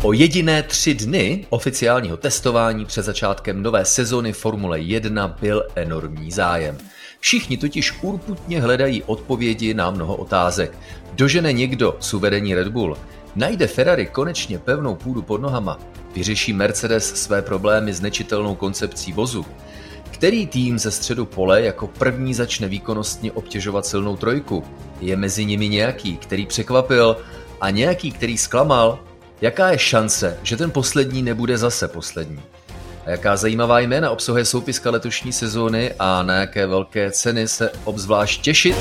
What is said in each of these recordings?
O jediné 3 dny oficiálního testování před začátkem nové sezony Formule 1 byl enormní zájem. Všichni totiž urputně hledají odpovědi na mnoho otázek. Dožene někdo suverénní Red Bull? Najde Ferrari konečně pevnou půdu pod nohama? Vyřeší Mercedes své problémy s nečitelnou koncepcí vozu? Který tým ze středu pole jako první začne výkonnostně obtěžovat silnou trojku? Je mezi nimi nějaký, který překvapil a nějaký, který zklamal? Jaká je šance, že ten poslední nebude zase poslední? A jaká zajímavá jména obsahuje soupiska letošní sezóny a na jaké velké ceny se obzvlášť těšit?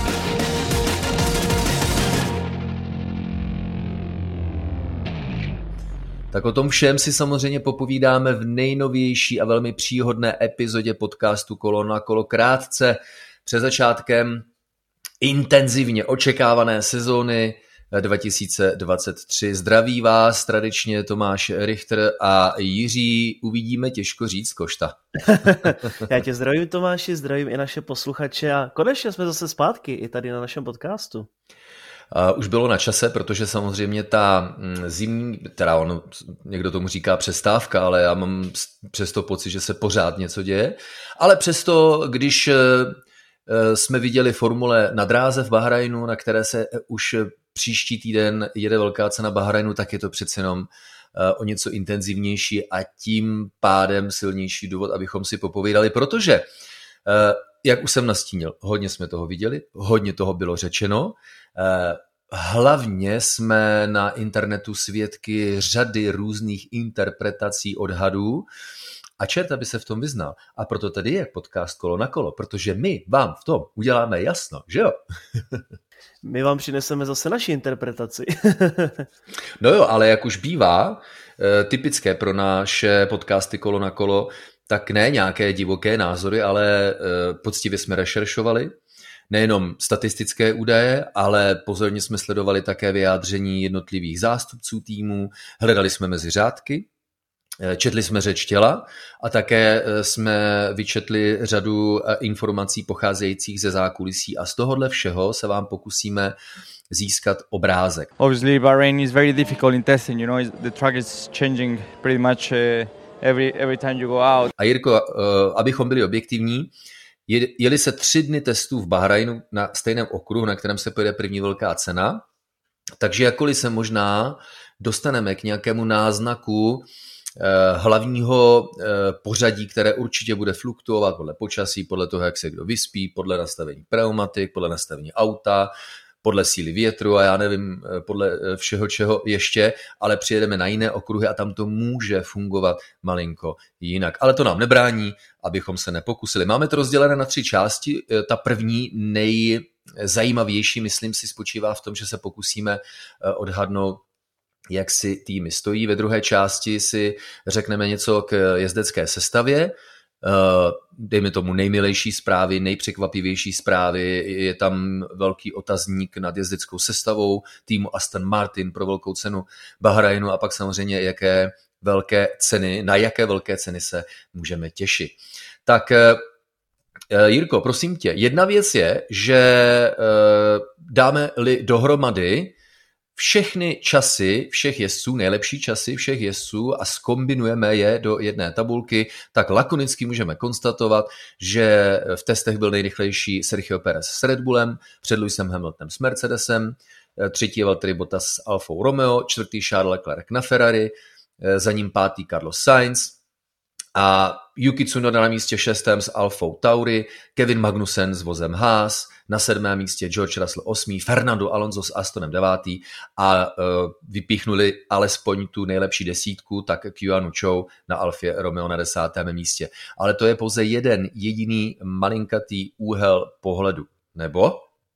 Tak o tom všem si samozřejmě popovídáme v nejnovější a velmi příhodné epizodě podcastu Kolo na kolo krátce před začátkem intenzivně očekávané sezóny 2023. Zdraví vás tradičně Tomáš Richter a Jiří, uvidíme, těžko říct, Košta. Já tě zdravím, Tomáši, zdravím i naše posluchače a konečně jsme zase zpátky i tady na našem podcastu. Už bylo na čase, protože samozřejmě ta zimní, někdo tomu říká přestávka, ale já mám přesto pocit, že se pořád něco děje, ale přesto, když jsme viděli formule na dráze v Bahrajnu, na které se už příští týden jede velká cena Bahrajnu, tak je to přece jenom o něco intenzivnější a tím pádem silnější důvod, abychom si popovídali, protože, jak už jsem nastínil, hodně jsme toho viděli, hodně toho bylo řečeno, hlavně jsme na internetu svědky řady různých interpretací odhadů a čert, aby se v tom vyznal. A proto tady je podcast Kolo na kolo, protože my vám v tom uděláme jasno, že jo? My vám přineseme zase naši interpretaci. No jo, ale jak už bývá, typické pro naše podcasty Kolo na kolo, tak ne nějaké divoké názory, ale poctivě jsme rešeršovali. Nejenom statistické údaje, ale pozorně jsme sledovali také vyjádření jednotlivých zástupců týmů, hledali jsme mezi řádky, četli jsme řeč těla a také jsme vyčetli řadu informací pocházejících ze zákulisí a z tohohle všeho se vám pokusíme získat obrázek. Obviously Bahrain is very difficult in testing, you know, the track is changing pretty much every time you go out. A Jirko, abychom byli objektivní, jeli se 3 dny testů v Bahrajnu na stejném okruhu, na kterém se pojede první velká cena, takže jakkoliv se možná dostaneme k nějakému náznaku hlavního pořadí, které určitě bude fluktuovat podle počasí, podle toho, jak se kdo vyspí, podle nastavení pneumatik, podle nastavení auta, podle síly větru a já nevím, podle všeho čeho ještě, ale přijedeme na jiné okruhy a tam to může fungovat malinko jinak. Ale to nám nebrání, abychom se nepokusili. Máme to rozdělené na 3 části. Ta první, nejzajímavější, myslím si, spočívá v tom, že se pokusíme odhadnout, jak si týmy stojí. Ve druhé části si řekneme něco k jezdecké sestavě, dejme tomu nejmilejší zprávy, nejpřekvapivější zprávy, je tam velký otazník nad jezdeckou sestavou týmu Aston Martin pro velkou cenu Bahrajnu a pak samozřejmě na jaké velké ceny se můžeme těšit. Tak Jirko, prosím tě, jedna věc je, že dáme-li dohromady všechny časy všech jezdců, nejlepší časy všech jezdců a zkombinujeme je do jedné tabulky, tak lakonicky můžeme konstatovat, že v testech byl nejrychlejší Sergio Pérez s Red Bullem, před Lewisem Hamiltonem s Mercedesem, třetí je Valtteri Bottas s Alfou Romeo, čtvrtý Charles Leclerc na Ferrari, za ním 5. Carlos Sainz a Yuki Tsunoda na místě 6. s Alfou Tauri, Kevin Magnussen s vozem Haas, na 7. místě George Russell 8. Fernando Alonso s Astonem 9. a vypíchnuli alespoň tu nejlepší desítku, tak Yuanu Chou na Alfě Romeo na 10. místě. Ale to je pouze jeden jediný malinkatý úhel pohledu, nebo?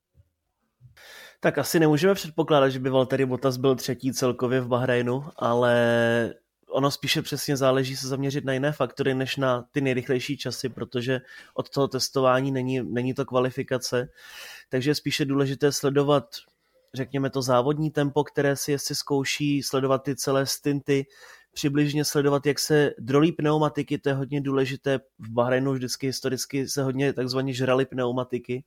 Tak asi nemůžeme předpokládat, že by Valtteri Bottas byl 3. celkově v Bahrajnu, ale ono spíše přesně záleží se zaměřit na jiné faktory, než na ty nejrychlejší časy, protože od toho testování není to kvalifikace, takže je spíše důležité sledovat, řekněme to závodní tempo, které si jezdci zkouší, sledovat ty celé stinty, přibližně sledovat, jak se drolí pneumatiky, to je hodně důležité. V Bahrajnu vždycky historicky se hodně takzvaně žrali pneumatiky,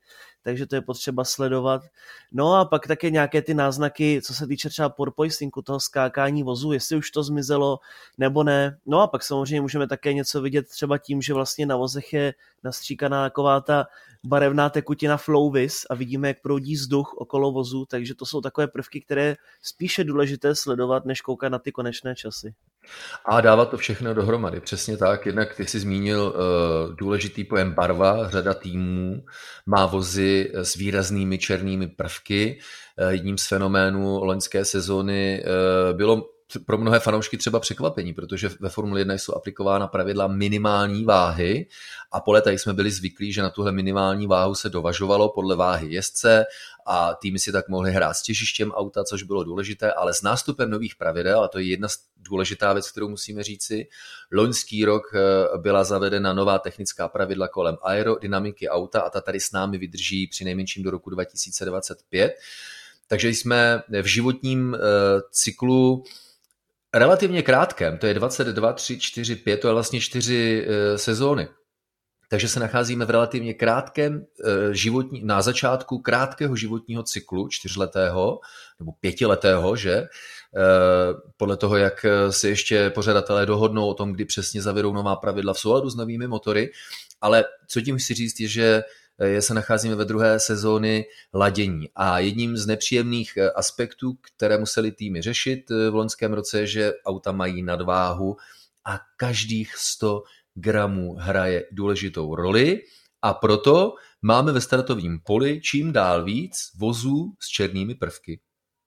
takže to je potřeba sledovat. No a pak také nějaké ty náznaky, co se týče třeba porpoisingu, toho skákání vozu, jestli už to zmizelo nebo ne. No a pak samozřejmě můžeme také něco vidět třeba tím, že vlastně na vozech je nastříkaná taková ta barevná tekutina Flowvis a vidíme, jak proudí vzduch okolo vozu, takže to jsou takové prvky, které spíše důležité sledovat, než koukat na ty konečné časy. A dávat to všechno dohromady, přesně tak. Jednak ty jsi zmínil důležitý pojem barva, řada týmů má vozy s výraznými černými prvky. Jedním z fenoménů loňské sezóny bylo pro mnohé fanoušky třeba překvapení, protože ve Formule 1 jsou aplikována pravidla minimální váhy a po letech jsme byli zvyklí, že na tuhle minimální váhu se dovažovalo podle váhy jezdce a týmy si tak mohly hrát s těžištěm auta, což bylo důležité, ale s nástupem nových pravidel, a to je jedna důležitá věc, kterou musíme říci, loňský rok byla zavedena nová technická pravidla kolem aerodynamiky auta a ta tady s námi vydrží přinejmenším do roku 2025. Takže jsme v životním cyklu relativně krátkém, to je 22, 3, 4, 5, to je vlastně 4 sezóny. Takže se nacházíme v relativně krátkém na začátku krátkého životního cyklu, 4letého nebo 5letého, že? Podle toho, jak se ještě pořadatelé dohodnou o tom, kdy přesně zavedou nová pravidla v souladu s novými motory. Ale co tím chci říct je, že se nacházíme ve druhé sezóny ladění. A jedním z nepříjemných aspektů, které museli týmy řešit v loňském roce, je, že auta mají nadváhu a každých 100 gramů hraje důležitou roli a proto máme ve startovním poli čím dál víc vozů s černými prvky.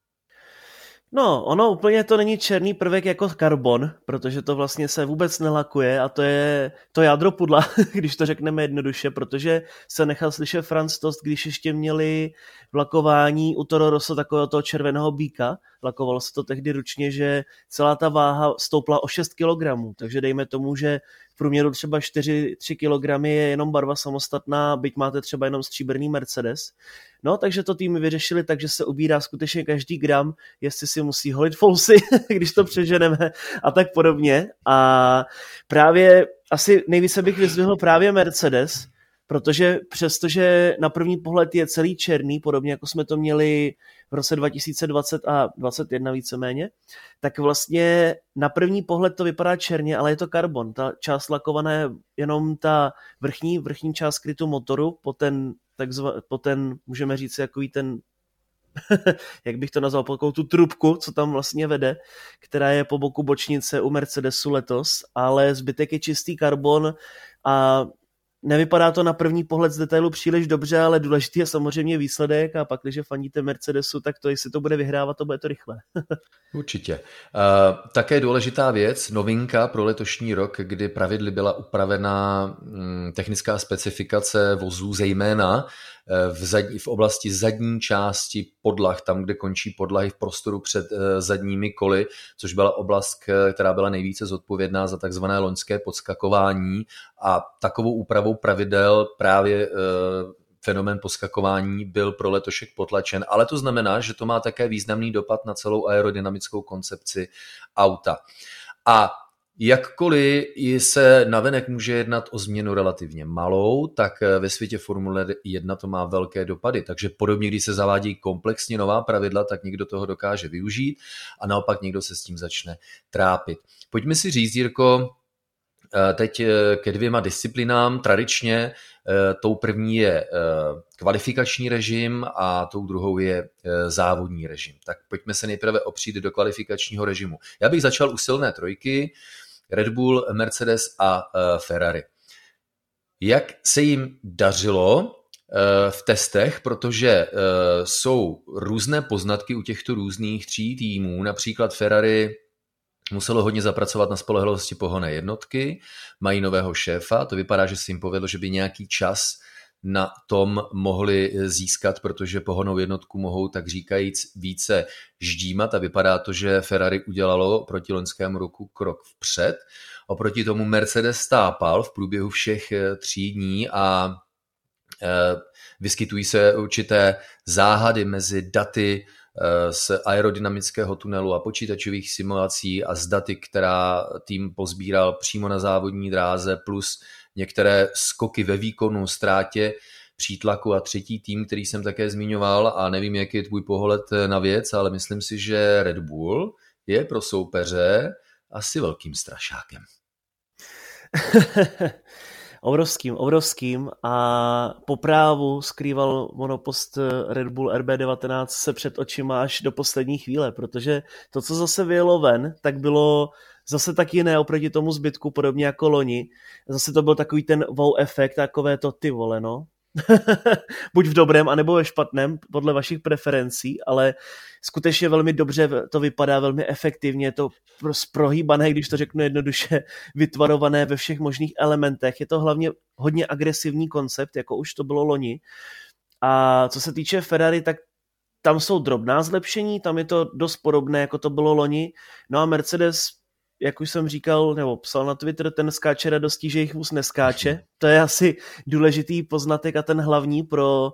No, ono úplně to není černý prvek jako karbon, protože to vlastně se vůbec nelakuje a to je to jádro pudla, když to řekneme jednoduše, protože se nechal slyšet Franz Tost, když ještě měli v lakování u Toro Rosso takového toho červeného býka, lakovalo se to tehdy ručně, že celá ta váha stoupla o 6 kg, takže dejme tomu, že v průměru třeba 4-3 kg je jenom barva samostatná, byť máte třeba jenom stříbrný Mercedes. No, takže to týmy vyřešili, takže se ubírá skutečně každý gram, jestli si musí holit fousy, když to přeženeme a tak podobně. A právě asi nejvíce bych vyzdvihl právě Mercedes, protože přestože na první pohled je celý černý, podobně jako jsme to měli v roce 2020 a 2021 víceméně, tak vlastně na první pohled to vypadá černě, ale je to karbon. Ta část lakovaná je jenom ta vrchní část krytu motoru, po ten, můžeme říct, jakový ten, jak bych to nazval, takovou tu trubku, co tam vlastně vede, která je po boku bočnice u Mercedesu letos, ale zbytek je čistý karbon a nevypadá to na první pohled z detailu příliš dobře, ale důležitý je samozřejmě výsledek a pak, když fandíte Mercedesu, tak to, jestli to bude vyhrávat, to bude to rychle. Určitě. Také důležitá věc, novinka pro letošní rok, kdy pravidly byla upravena technická specifikace vozů, zejména v oblasti zadní části podlah, tam, kde končí podlahy v prostoru před zadními koly, což byla oblast, která byla nejvíce zodpovědná za takzvané loňské podskakování a takovou úpravou pravidel právě fenomén podskakování byl pro letošek potlačen, ale to znamená, že to má také významný dopad na celou aerodynamickou koncepci auta. A jakkoliv se navenek může jednat o změnu relativně malou, tak ve světě Formule 1 to má velké dopady. Takže podobně, když se zavádí komplexně nová pravidla, tak někdo toho dokáže využít a naopak někdo se s tím začne trápit. Pojďme si říct, Jirko, teď ke 2 disciplinám. Tradičně tou první je kvalifikační režim a tou druhou je závodní režim. Tak pojďme se nejprve opřít do kvalifikačního režimu. Já bych začal u silné trojky, Red Bull, Mercedes a Ferrari. Jak se jim dařilo v testech, protože jsou různé poznatky u těchto různých 3 týmů, například Ferrari muselo hodně zapracovat na spolehlivosti pohonné jednotky, mají nového šéfa, to vypadá, že se jim povedlo, že by nějaký čas na tom mohli získat, protože pohonnou jednotku mohou tak říkajíc více ždímat a vypadá to, že Ferrari udělalo proti loňskému roku krok vpřed. Oproti tomu Mercedes stápal v průběhu všech 3 dní a vyskytují se určité záhady mezi daty z aerodynamického tunelu a počítačových simulací a z daty, která tým pozbíral přímo na závodní dráze, plus některé skoky ve výkonu, ztrátě přítlaku. A třetí tým, který jsem také zmiňoval, a nevím, jaký je tvůj pohled na věc, ale myslím si, že Red Bull je pro soupeře asi velkým strašákem. Obrovským a po právu skrýval monopost Red Bull RB19 se před očima až do poslední chvíle, protože to, co zase vyjelo ven, tak bylo zase tak jiné oproti tomu zbytku, podobně jako loni. Zase to byl takový ten wow efekt, takové to ty vole, no. Buď v dobrém, anebo ve špatném, podle vašich preferencí, ale skutečně velmi dobře to vypadá, velmi efektivně, to prohýbané, když to řeknu jednoduše, vytvarované ve všech možných elementech. Je to hlavně hodně agresivní koncept, jako už to bylo loni. A co se týče Ferrari, tak tam jsou drobná zlepšení, tam je to dost podobné, jako to bylo loni. No a Mercedes, jak už jsem říkal, nebo psal na Twitter, ten skáče radostí, že jich vůz neskáče. To je asi důležitý poznatek a ten hlavní pro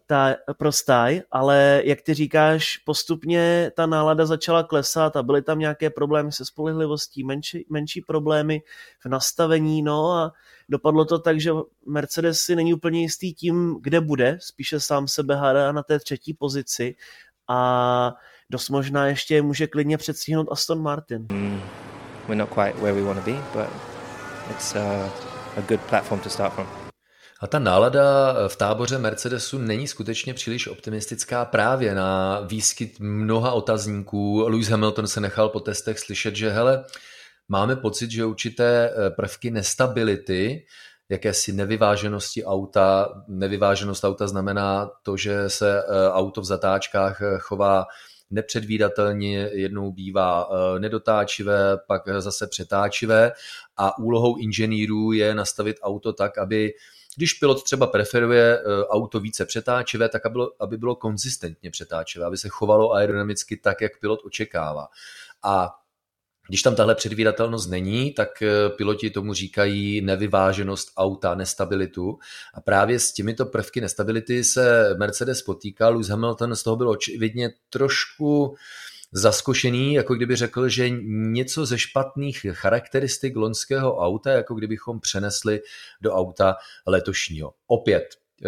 stáj, ale jak ty říkáš, postupně ta nálada začala klesat a byly tam nějaké problémy se spolehlivostí, menší problémy v nastavení, no a dopadlo to tak, že Mercedes si není úplně jistý tím, kde bude, spíše sám sebe hádá na té třetí pozici a dost možná ještě může klidně předstihnout Aston Martin. We're not quite where we want to be, but it's a good platform to start from. A ta nálada v táboře Mercedesu není skutečně příliš optimistická právě na výskyt mnoha otazníků. Lewis Hamilton se nechal po testech slyšet, že hele, máme pocit, že určité prvky nestability, jakési nevyváženosti auta, nevyváženost auta znamená to, že se auto v zatáčkách chová nepředvídatelně, jednou bývá nedotáčivé, pak zase přetáčivé a úlohou inženýrů je nastavit auto tak, aby když pilot třeba preferuje auto více přetáčivé, tak aby bylo konzistentně přetáčivé, aby se chovalo aerodynamicky tak, jak pilot očekává. A když tam tahle předvídatelnost není, tak piloti tomu říkají nevyváženost auta, nestabilitu. A právě s těmito prvky nestability se Mercedes potýkal. Lewis Hamilton z toho byl očividně trošku zaskošený, jako kdyby řekl, že něco ze špatných charakteristik loňského auta, jako kdybychom přenesli do auta letošního. Opět,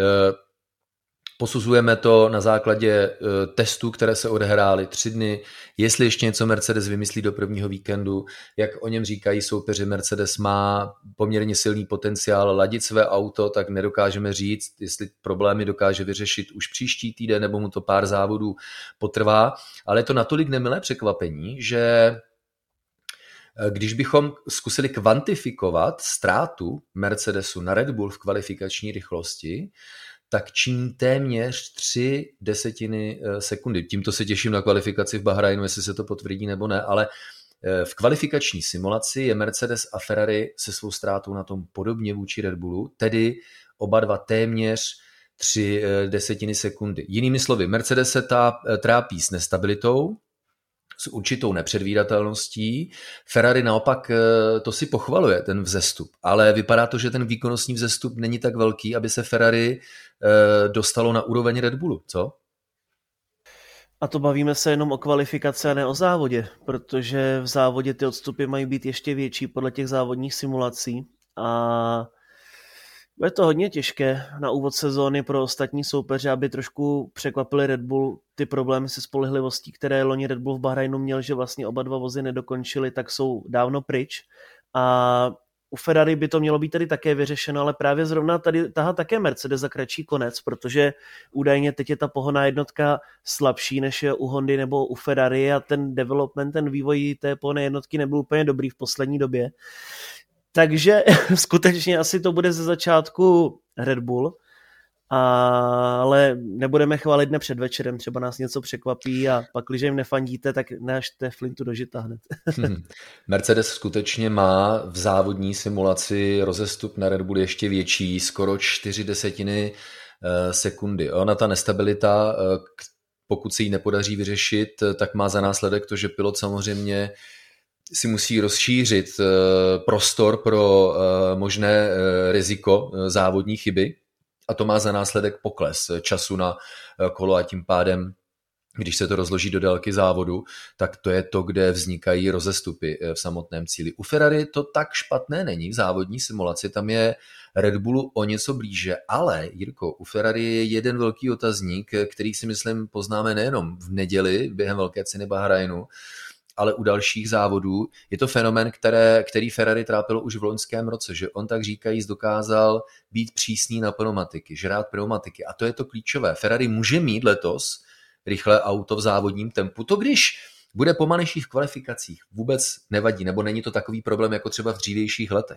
posuzujeme to na základě testů, které se odehrály 3 dny. Jestli ještě něco Mercedes vymyslí do prvního víkendu, jak o něm říkají soupeři, Mercedes má poměrně silný potenciál ladit své auto, tak nedokážeme říct, jestli problémy dokáže vyřešit už příští týden, nebo mu to pár závodů potrvá. Ale je to natolik nemilé překvapení, že když bychom zkusili kvantifikovat ztrátu Mercedesu na Red Bull v kvalifikační rychlosti, tak činí téměř 0,3 sekundy. Tímto se těším na kvalifikaci v Bahrajnu, jestli se to potvrdí nebo ne, ale v kvalifikační simulaci je Mercedes a Ferrari se svou ztrátou na tom podobně vůči Red Bullu, tedy oba dva téměř 0,3 sekundy. Jinými slovy, Mercedes se trápí s nestabilitou, s určitou nepředvídatelností. Ferrari naopak to si pochvaluje, ten vzestup, ale vypadá to, že ten výkonnostní vzestup není tak velký, aby se Ferrari dostalo na úroveň Red Bullu, co? A to bavíme se jenom o kvalifikaci a ne o závodě, protože v závodě ty odstupy mají být ještě větší podle těch závodních simulací a je to hodně těžké na úvod sezóny pro ostatní soupeře, aby trošku překvapili Red Bull. Ty problémy se spolehlivostí, které loni Red Bull v Bahrajnu měl, že vlastně oba dva vozy nedokončili, tak jsou dávno pryč. A u Ferrari by to mělo být tady také vyřešeno, ale právě zrovna tady tahá také Mercedes za kratší konec, protože údajně teď je ta pohonná jednotka slabší, než je u Hondy nebo u Ferrari a ten development, ten vývoj té pohonné jednotky nebyl úplně dobrý v poslední době. Takže skutečně asi to bude ze začátku Red Bull, ale nebudeme chválit dne před večerem, třeba nás něco překvapí a pak, když jim nefandíte, tak neažte flintu do žita hned. Mercedes skutečně má v závodní simulaci rozestup na Red Bull ještě větší, skoro 0,4 sekundy. Ona ta nestabilita, pokud se jí nepodaří vyřešit, tak má za následek to, že pilot samozřejmě si musí rozšířit prostor pro možné riziko závodní chyby a to má za následek pokles času na kolo a tím pádem když se to rozloží do délky závodu, tak to je to, kde vznikají rozestupy v samotném cíli. U Ferrari to tak špatné není v závodní simulaci, tam je Red Bullu o něco blíže, ale Jirko, u Ferrari je jeden velký otazník, který si myslím poznáme nejenom v neděli během velké ceny Bahrajnu, ale u dalších závodů. Je to fenomén, který Ferrari trápilo už v loňském roce, že on tak říkajíc dokázal být přísný na pneumatiky, žrát pneumatiky a to je to klíčové. Ferrari může mít letos rychlé auto v závodním tempu. To když bude pomalejší v kvalifikacích, vůbec nevadí, nebo není to takový problém jako třeba v dřívějších letech.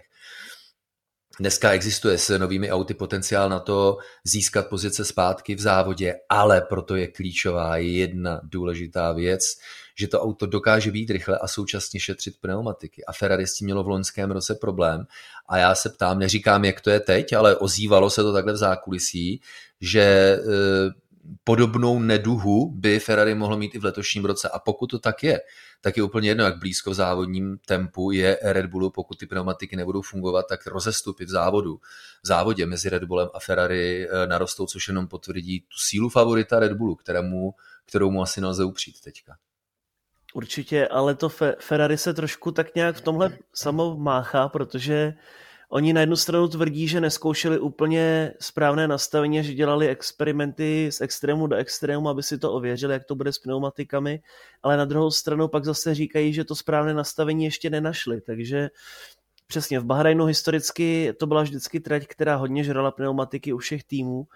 Dneska existuje s novými auty potenciál na to získat pozice zpátky v závodě, ale proto je klíčová jedna důležitá věc, že to auto dokáže být rychle a současně šetřit pneumatiky. A Ferrari s tím mělo v loňském roce problém. A já se ptám, neříkám, jak to je teď, ale ozývalo se to takhle v zákulisí, že podobnou neduhu by Ferrari mohlo mít i v letošním roce. A pokud to tak je úplně jedno, jak blízko v závodním tempu je Red Bullu, pokud ty pneumatiky nebudou fungovat, tak rozestupy v závodě mezi Red Bullem a Ferrari narostou, což jenom potvrdí tu sílu favorita Red Bullu, kterou mu asi nelze upřít teďka. Určitě, ale to Ferrari se trošku tak nějak v tomhle samo máchá, protože oni na jednu stranu tvrdí, že nezkoušeli úplně správné nastavení, že dělali experimenty z extrému do extrému, aby si to ověřili, jak to bude s pneumatikami, ale na druhou stranu pak zase říkají, že to správné nastavení ještě nenašli, takže přesně v Bahrajnu historicky to byla vždycky trať, která hodně žrala pneumatiky u všech týmů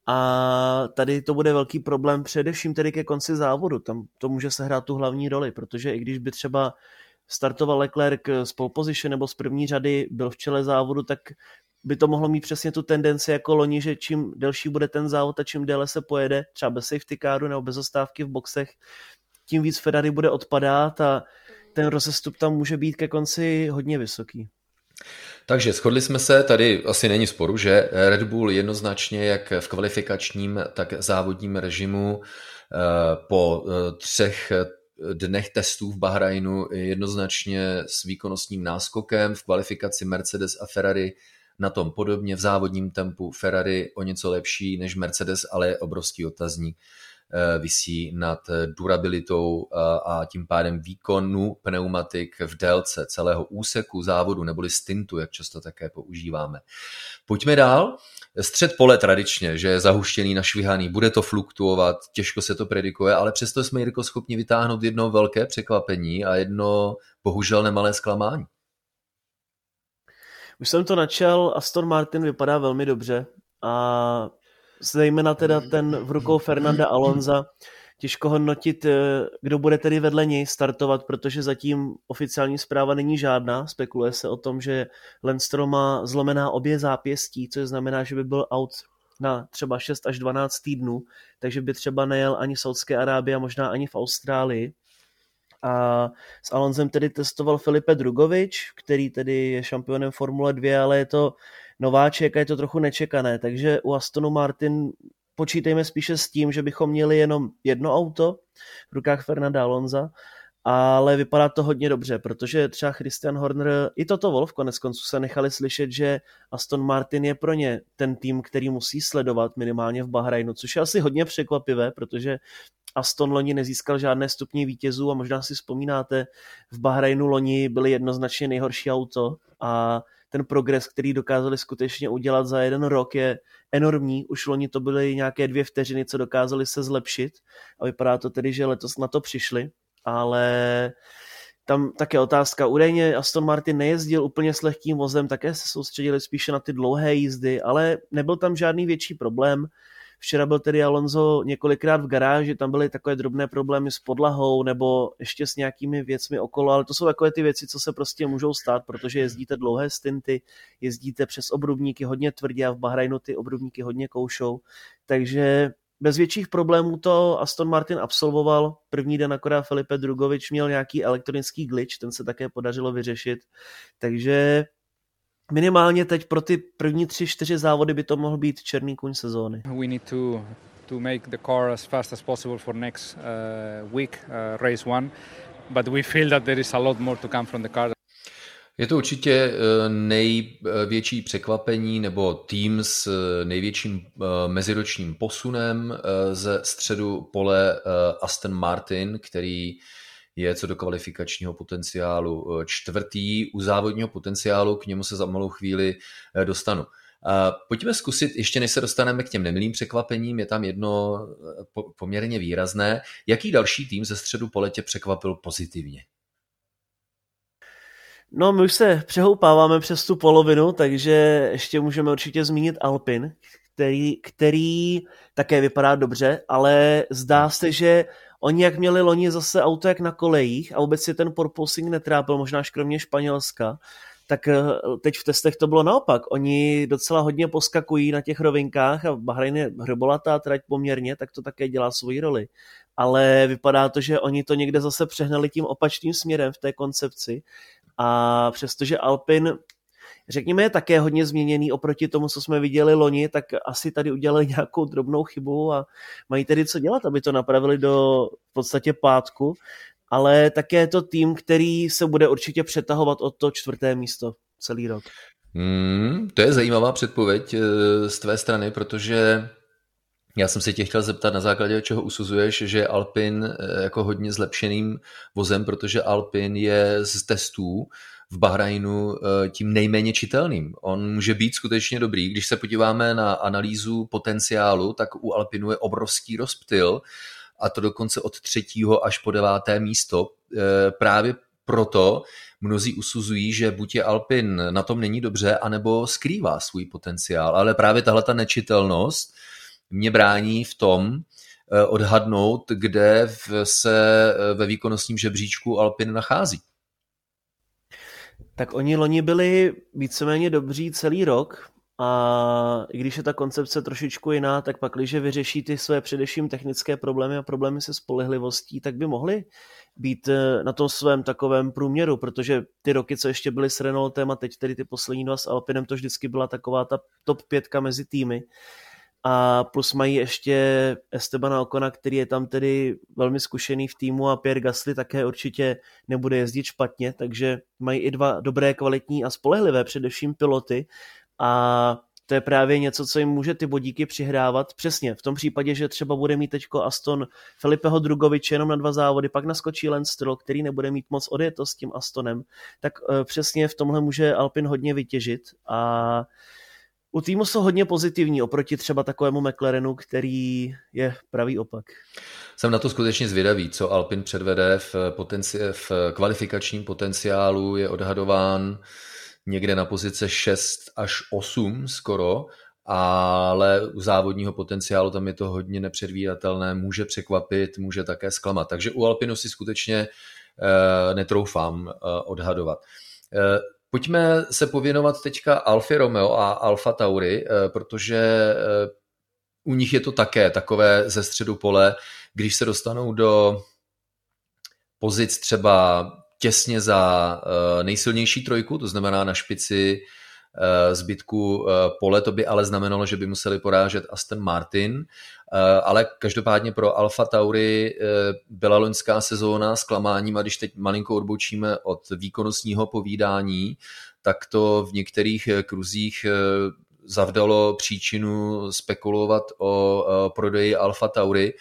a tady to bude velký problém především tedy ke konci závodu, tam to může sehrát tu hlavní roli, protože i když by třeba startoval Leclerc z pole position nebo z první řady, byl v čele závodu, tak by to mohlo mít přesně tu tendenci jako loni, že čím delší bude ten závod a čím déle se pojede, třeba bez safety caru nebo bez zastávky v boxech, tím víc Ferrari bude odpadat a ten rozestup tam může být ke konci hodně vysoký. Takže shodli jsme se, tady asi není sporu, že Red Bull jednoznačně jak v kvalifikačním, tak závodním režimu po 3 dnech testů v Bahrajnu jednoznačně s výkonnostním náskokem, v kvalifikaci Mercedes a Ferrari na tom podobně, v závodním tempu Ferrari o něco lepší než Mercedes, ale je obrovský otazník visí nad durabilitou a tím pádem výkonu pneumatik v délce celého úseku závodu neboli stintu, jak často také používáme. Pojďme dál. Střed pole tradičně, že je zahuštěný, našvihaný, bude to fluktuovat, těžko se to predikuje, ale přesto jsme, Jirko, schopni vytáhnout jedno velké překvapení a jedno bohužel nemalé zklamání. Už jsem to načal, Aston Martin vypadá velmi dobře a zejména teda ten v rukou Fernanda Alonsa, těžko hodnotit, kdo bude tedy vedle něj startovat, protože zatím oficiální zpráva není žádná. Spekuluje se o tom, že Lance Stroll má zlomená obě zápěstí, což znamená, že by byl out na třeba 6 až 12 týdnů, takže by třeba nejel ani v Saudské Arábii a možná ani v Austrálii. A s Alonsem tedy testoval Filipe Drugovič, který tedy je šampionem Formule 2, ale je to nováček a je to trochu nečekané, takže u Astonu Martin počítejme spíše s tím, že bychom měli jenom jedno auto v rukách Fernanda Alonsa, ale vypadá to hodně dobře, protože třeba Christian Horner i Toto Wolff konec konců se nechali slyšet, že Aston Martin je pro ně ten tým, který musí sledovat minimálně v Bahrajnu, což je asi hodně překvapivé, protože Aston loni nezískal žádné stupně vítězů a možná si vzpomínáte, v Bahrajnu loni byly jednoznačně nejhorší auto a ten progres, který dokázali skutečně udělat za 1 rok, je enormní. Už loni to byly nějaké 2 vteřiny, co dokázali se zlepšit a vypadá to tedy, že letos na to přišli, ale tam také otázka. Údajně Aston Martin nejezdil úplně s lehkým vozem, také se soustředili spíše na ty dlouhé jízdy, ale nebyl tam žádný větší problém. Včera byl tedy Alonso několikrát v garáži, tam byly takové drobné problémy s podlahou nebo ještě s nějakými věcmi okolo, ale to jsou takové ty věci, co se prostě můžou stát, protože jezdíte dlouhé stinty, jezdíte přes obrubníky hodně tvrdě a v Bahrajnu ty obrubníky hodně koušou, takže bez větších problémů to Aston Martin absolvoval. První den akorát Filipe Drugovič měl nějaký elektronický glitch, ten se také podařilo vyřešit, takže minimálně teď pro ty první 3-4 závody by to mohl být černý kůň sezóny. We need to make the car as fast as possible for next week, race 1, but we feel that there is a lot more to come from the car. Je to určitě největší překvapení nebo tým s největším meziročním posunem ze středu pole Aston Martin, který je co do kvalifikačního potenciálu čtvrtý. U závodního potenciálu k němu se za malou chvíli dostanu. Pojďme zkusit, ještě než se dostaneme k těm nemilým překvapením, je tam jedno poměrně výrazné. Jaký další tým ze středu pole tě překvapil pozitivně? No, my už se přehoupáváme přes tu polovinu, takže ještě můžeme určitě zmínit Alpine, který také vypadá dobře, ale zdá se, že oni jak měli loni zase auto jak na kolejích a vůbec si ten porpoising netrápil, možná až kromě Španělska, tak teď v testech to bylo naopak. Oni docela hodně poskakují na těch rovinkách a Bahrajn je hrobolatá trať poměrně, tak to také dělá svoji roli. Ale vypadá to, že oni to někde zase přehnali tím opačným směrem v té koncepci a přestože Alpine, řekněme, je také hodně změněný oproti tomu, co jsme viděli loni, tak asi tady udělali nějakou drobnou chybu a mají tedy co dělat, aby to napravili do v podstatě pátku, ale také je to tým, který se bude určitě přetahovat o to 4. místo celý rok. To je zajímavá předpověď z tvé strany, protože já jsem se tě chtěl zeptat, na základě čeho usuzuješ, že je Alpine jako hodně zlepšeným vozem, protože Alpine je z testů v Bahrajnu tím nejméně čitelným. On může být skutečně dobrý. Když se podíváme na analýzu potenciálu, tak u Alpinu je obrovský rozptyl, a to dokonce od 3. až po 9. místo. Právě proto mnozí usuzují, že buď je Alpine na tom není dobře, anebo skrývá svůj potenciál. Ale právě tahle ta nečitelnost mě brání v tom odhadnout, kde se ve výkonnostním žebříčku Alpine nachází. Tak oni loni byli víceméně dobří celý rok a i když je ta koncepce trošičku jiná, tak pak, když vyřeší ty své především technické problémy a problémy se spolehlivostí, tak by mohli být na tom svém takovém průměru, protože ty roky, co ještě byly s Renaultem a teď tedy ty poslední 2 s Alpinem, to vždycky byla taková ta top 5 mezi týmy. A plus mají ještě Estebana Ocona, který je tam tedy velmi zkušený v týmu a Pierre Gasly také určitě nebude jezdit špatně, takže mají i 2 dobré, kvalitní a spolehlivé především piloty a to je právě něco, co jim může ty bodíky přihrávat. Přesně v tom případě, že třeba bude mít teďko Aston Felipeho Drugoviče jenom na 2 závody, pak naskočí Lance Stroll, který nebude mít moc odjeto s tím Astonem, tak přesně v tomhle může Alpine hodně vytěžit a u týmu jsou hodně pozitivní oproti třeba takovému McLarenu, který je pravý opak. Jsem na to skutečně zvědavý, co Alpine předvede v kvalifikačním potenciálu, je odhadován někde na pozice 6 až 8 skoro, ale u závodního potenciálu tam je to hodně nepředvídatelné, může překvapit, může také zklamat. Takže u Alpinu si skutečně netroufám odhadovat. Pojďme se pověnovat teďka Alfě Romeo a Alfa Tauri, protože u nich je to také takové ze středu pole, když se dostanou do pozic třeba těsně za nejsilnější trojku, to znamená na špici zbytku pole, to by ale znamenalo, že by museli porážet Aston Martin, ale každopádně pro Alfa Tauri byla loňská sezóna zklamáním a když teď malinko odbočíme od výkonnostního povídání, tak to v některých kruzích zavdalo příčinu spekulovat o prodeji Alfa Tauri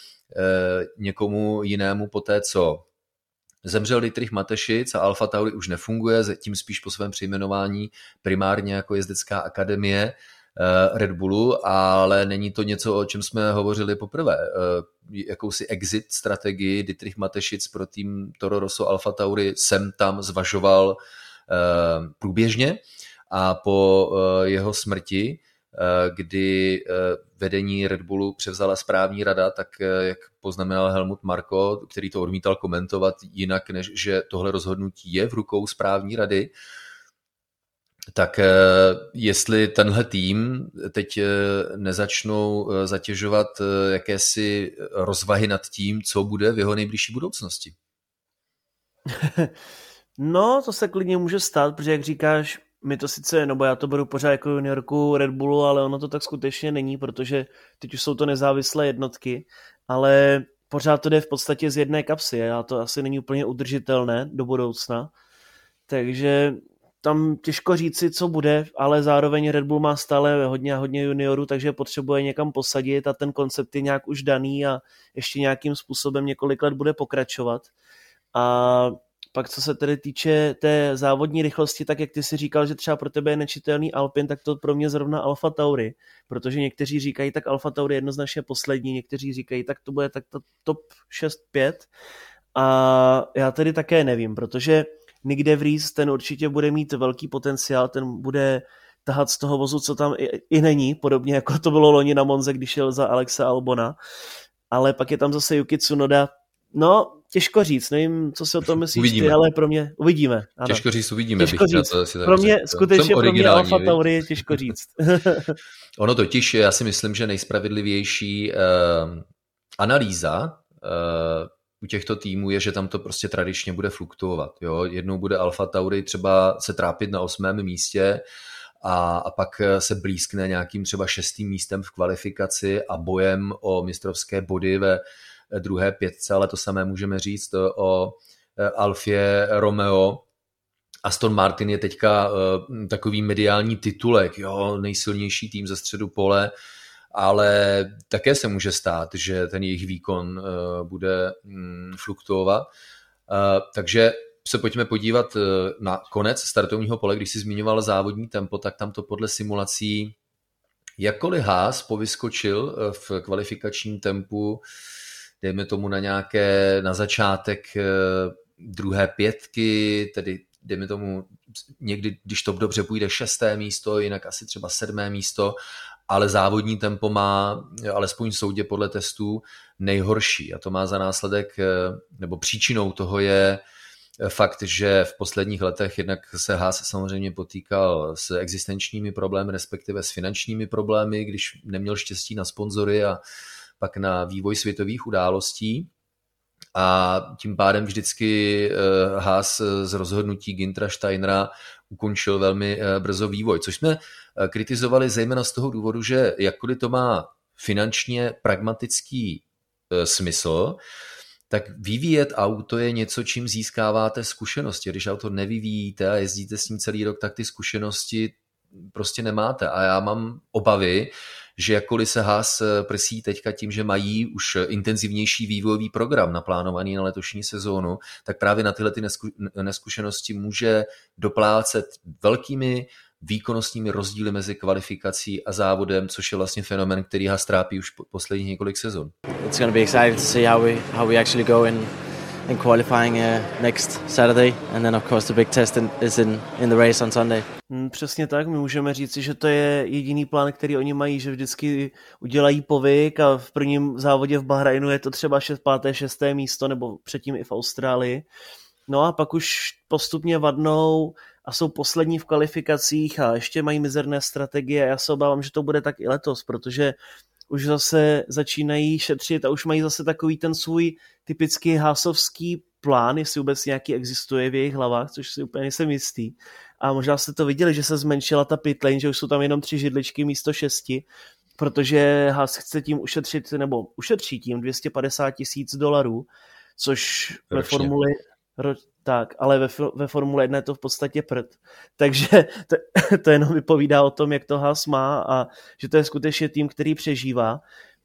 někomu jinému poté, co zemřel Dietrich Mateschitz a Alfa Tauri už nefunguje, tím spíš po svém přejmenování primárně jako jezdecká akademie Red Bullu, ale není to něco, o čem jsme hovořili poprvé. Jakousi exit strategii Dietrich Mateschitz pro tým Toro Rosso Alfa Tauri sem tam zvažoval průběžně a po jeho smrti, kdy vedení Red Bullu převzala správní rada, tak jak poznamenal Helmut Marko, který to odmítal komentovat jinak, než že tohle rozhodnutí je v rukou správní rady, tak jestli tenhle tým teď nezačnou zatěžovat jakési rozvahy nad tím, co bude v jeho nejbližší budoucnosti. No, to se klidně může stát, protože jak říkáš, my to sice, nebo já to beru pořád jako juniorku Red Bullu, ale ono to tak skutečně není, protože teď už jsou to nezávislé jednotky, ale pořád to jde v podstatě z jedné kapsy a to asi není úplně udržitelné do budoucna. Takže tam těžko říci, co bude, ale zároveň Red Bull má stále hodně juniorů, takže potřebuje někam posadit a ten koncept je nějak už daný a ještě nějakým způsobem několik let bude pokračovat. A pak co se tedy týče té závodní rychlosti, tak jak ty si říkal, že třeba pro tebe je nečitelný Alpin, tak to pro mě zrovna Alfa Tauri, protože někteří říkají, tak Alfa Tauri je jednoznačně poslední, někteří říkají, tak to bude tak to top 6-5 a já tedy také nevím, protože Nick de Vries, ten určitě bude mít velký potenciál, ten bude tahat z toho vozu, co tam i není, podobně jako to bylo loni na Monze, když šel za Alexa Albona, ale pak je tam zase Yuki Tsunoda. No, těžko říct, nevím, co si o tom myslíš ty, ale pro mě uvidíme. Ano. Těžko říct, uvidíme. Těžko říct. Pro mě skutečně pro mě Alfa Tauri je těžko říct. Ono totiž, já si myslím, že nejspravedlivější analýza u těchto týmů je, že tam to prostě tradičně bude fluktuovat. Jo? Jednou bude Alfa Tauri třeba se trápit na 8. místě a pak se blízkne nějakým třeba 6. místem v kvalifikaci a bojem o mistrovské body ve druhé 5, ale to samé můžeme říct o Alfě Romeo. Aston Martin je teďka takový mediální titulek, jo, nejsilnější tým ze středu pole, ale také se může stát, že ten jejich výkon bude fluktuovat. Takže se pojďme podívat na konec startovního pole. Když jsi zmiňoval závodní tempo, tak tam to podle simulací, jakkoliv Haas povyskočil v kvalifikačním tempu, dejme tomu na začátek druhé 5, tedy dejme tomu někdy, když to dobře půjde 6. místo, jinak asi třeba 7. místo, ale závodní tempo má, alespoň soudě podle testů, nejhorší. A to má za následek, nebo příčinou toho je fakt, že v posledních letech jednak se Haas samozřejmě potýkal s existenčními problémy, respektive s finančními problémy, když neměl štěstí na sponzory a pak na vývoj světových událostí. A tím pádem vždycky Haas z rozhodnutí Güntera Steinera ukončil velmi brzo vývoj, což jsme kritizovali zejména z toho důvodu, že jakkoliv to má finančně pragmatický smysl, tak vyvíjet auto je něco, čím získáváte zkušenosti. Když auto nevyvíjíte a jezdíte s ním celý rok, tak ty zkušenosti prostě nemáte. A já mám obavy, že jakkoliv se Haas prsí teďka tím, že mají už intenzivnější vývojový program naplánovaný na letošní sezónu, tak právě na tyhle ty neskušenosti může doplácet velkými výkonnostními rozdíly mezi kvalifikací a závodem, což je vlastně fenomén, který Haas trápí už posledních několik sezon. It's going to be exciting to see how we actually go in qualifying next Saturday, and then of course the big test is in the race on Sunday. Přesně tak, my můžeme říci, že to je jediný plán, který oni mají, že vždycky udělají povyk a v prvním závodě v Bahrajnu je to třeba 5., 6. místo, nebo předtím i v Austrálii. No a pak už postupně vadnou a jsou poslední v kvalifikacích a ještě mají mizerné strategie a já se obávám, že to bude tak i letos, protože už zase začínají šetřit a už mají zase takový ten svůj typický haasovský plán, jestli vůbec nějaký existuje v jejich hlavách, což si úplně nejsem jistý. A možná jste to viděli, že se zmenšila ta pit lane, že už jsou tam jenom 3 židličky místo 6, protože Haas chce tím ušetřit, nebo ušetří tím $250,000, což ve formuli tak, ale ve Formule 1 je to v podstatě prd. Takže to jenom vypovídá o tom, jak to Haas má a že to je skutečně tým, který přežívá.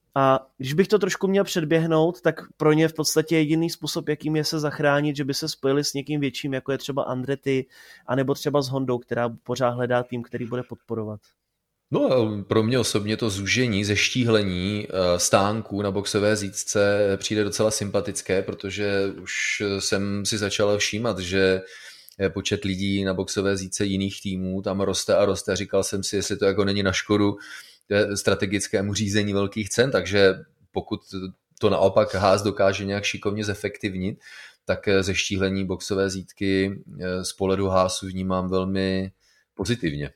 A když bych to trošku měl předběhnout, tak pro ně v podstatě jediný způsob, jakým je se zachránit, že by se spojili s někým větším, jako je třeba Andretti, anebo třeba s Hondou, která pořád hledá tým, který bude podporovat. No pro mě osobně to zúžení, zeštíhlení stánků na boxové zítce přijde docela sympatické, protože už jsem si začal všímat, že počet lidí na boxové zítce jiných týmů tam roste a roste a říkal jsem si, jestli to jako není na škodu strategickému řízení velkých cen, takže pokud to naopak Haas dokáže nějak šikovně zefektivnit, tak zeštíhlení boxové zítky z pohledu Haasu vnímám velmi pozitivně.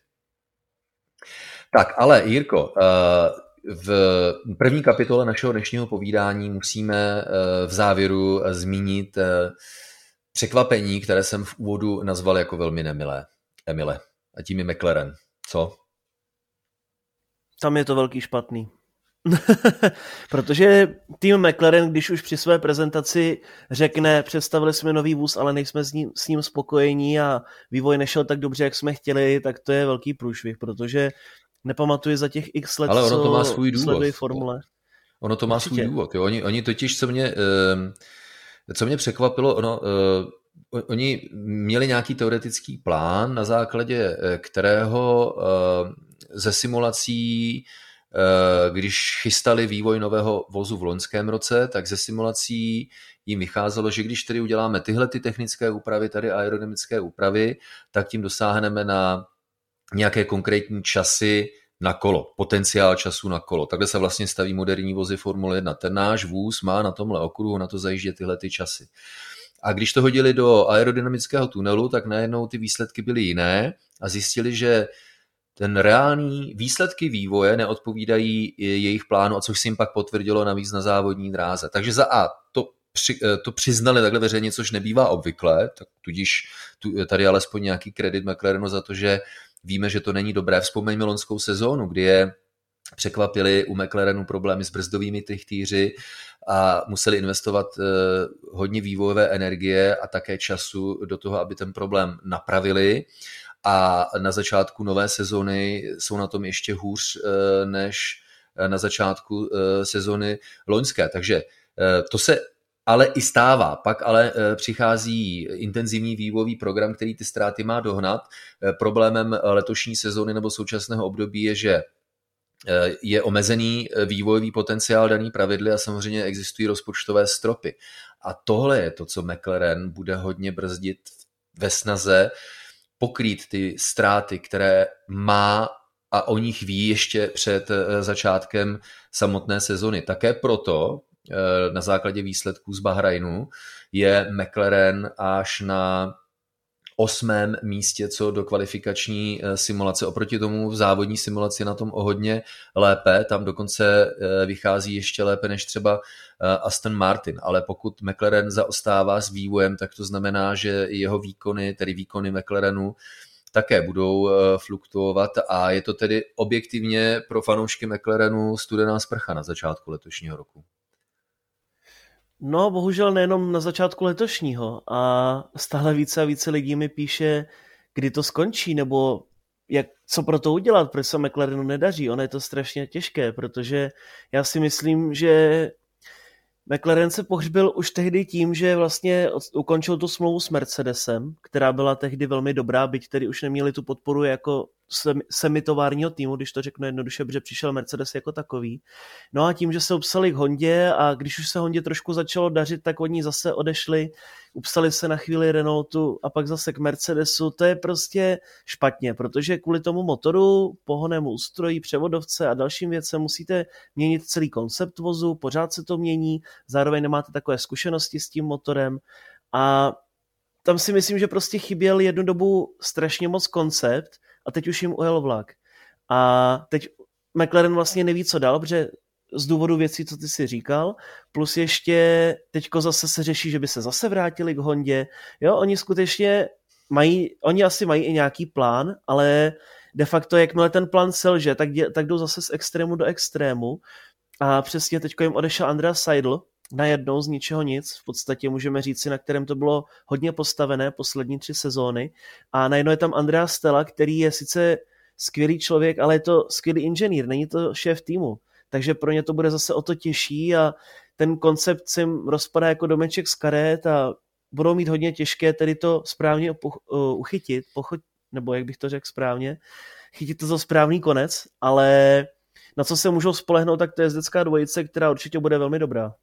Tak, ale Jirko, v první kapitole našeho dnešního povídání musíme v závěru zmínit překvapení, které jsem v úvodu nazval jako velmi nemilé. Emile, a tím je McLaren. Co? Tam je to velký špatný. Protože tým McLaren, když už při své prezentaci řekne, představili jsme nový vůz, ale nejsme s ním spokojení a vývoj nešel tak dobře, jak jsme chtěli, tak to je velký průšvih, protože nepamatuji za těch x let, ale ono to má svůj důvod. Sledují formule. Ono to má svůj důvod. Jo. Oni totiž, co mě překvapilo, oni měli nějaký teoretický plán, na základě kterého ze simulací, když chystali vývoj nového vozu v loňském roce, tak ze simulací jim vycházelo, že když tedy uděláme tyhle ty technické úpravy, tady aerodynamické úpravy, tak tím dosáhneme na nějaké konkrétní časy na kolo, potenciál času na kolo. Takhle se vlastně staví moderní vozy Formule 1. Ten náš vůz má na tomhle okruhu na to zajíždět tyhle ty časy. A když to hodili do aerodynamického tunelu, tak najednou ty výsledky byly jiné a zjistili, že ten reální výsledky vývoje neodpovídají jejich plánu, a což si jim pak potvrdilo navíc na závodní dráze. Takže za A to přiznali takhle veřejně, což nebývá obvyklé, tak tudíž tady alespoň nějaký kredit McLarenu za to, že víme, že to není dobré. Vzpomeňme loňskou sezónu, kdy je překvapili u McLarenu problémy s brzdovými tychtýři a museli investovat hodně vývojové energie a také času do toho, aby ten problém napravili. A na začátku nové sezony jsou na tom ještě hůř než na začátku sezony loňské. Takže to se ale i stává. Pak ale přichází intenzivní vývojový program, který ty ztráty má dohnat. Problémem letošní sezony nebo současného období je, že je omezený vývojový potenciál daný pravidly a samozřejmě existují rozpočtové stropy. A tohle je to, co McLaren bude hodně brzdit ve snaze pokrýt ty ztráty, které má a o nich ví ještě před začátkem samotné sezony. Také proto na základě výsledků z Bahrajnu je McLaren až na 8. místě co do kvalifikační simulace. Oproti tomu v závodní simulaci je na tom o hodně lépe, tam dokonce vychází ještě lépe než třeba Aston Martin, ale pokud McLaren zaostává s vývojem, tak to znamená, že jeho výkony, tedy výkony McLarenu, také budou fluktuovat a je to tedy objektivně pro fanoušky McLarenu studená sprcha na začátku letošního roku. No, bohužel nejenom na začátku letošního a stále více a více lidí mi píše, kdy to skončí, nebo co pro to udělat, proč se McLarenu nedaří. Ono je to strašně těžké, protože já si myslím, že McLaren se pohřbil už tehdy tím, že vlastně ukončil tu smlouvu s Mercedesem, která byla tehdy velmi dobrá, byť tedy už neměli tu podporu jako semitovárního týmu, když to řeknu jednoduše, protože přišel Mercedes jako takový. No a tím, že se upsali k Hondě a když už se Hondě trošku začalo dařit, tak oni zase odešli, upsali se na chvíli Renaultu a pak zase k Mercedesu. To je prostě špatně, protože kvůli tomu motoru, pohonnému ústrojí, převodovce a dalším věcem musíte měnit celý koncept vozu, pořád se to mění, zároveň nemáte takové zkušenosti s tím motorem a tam si myslím, že prostě chyběl jednu dobu strašně moc koncept a teď už jim ujel vlak. A teď McLaren vlastně neví, co dál, protože z důvodu věcí, co ty si říkal, plus ještě teďko zase se řeší, že by se zase vrátili k Hondě. Jo, oni skutečně oni asi mají i nějaký plán, ale de facto, jakmile ten plán selže, tak jdou zase z extrému do extrému. A přesně teďko jim odešel Andreas Seidl, najednou z ničeho nic, v podstatě můžeme říci, na kterém to bylo hodně postavené poslední 3 sezóny. A najednou je tam Andrea Stella, který je sice skvělý člověk, ale je to skvělý inženýr, není to šéf týmu. Takže pro ně to bude zase o to těžší a ten koncept se jim rozpadá jako domeček z karet a budou mít hodně těžké tedy to správně uchytit, nebo jak bych to řekl správně, chytit to za správný konec, ale na co se můžou spolehnout, tak to je jezdecká dvojice, která určitě bude velmi dobrá.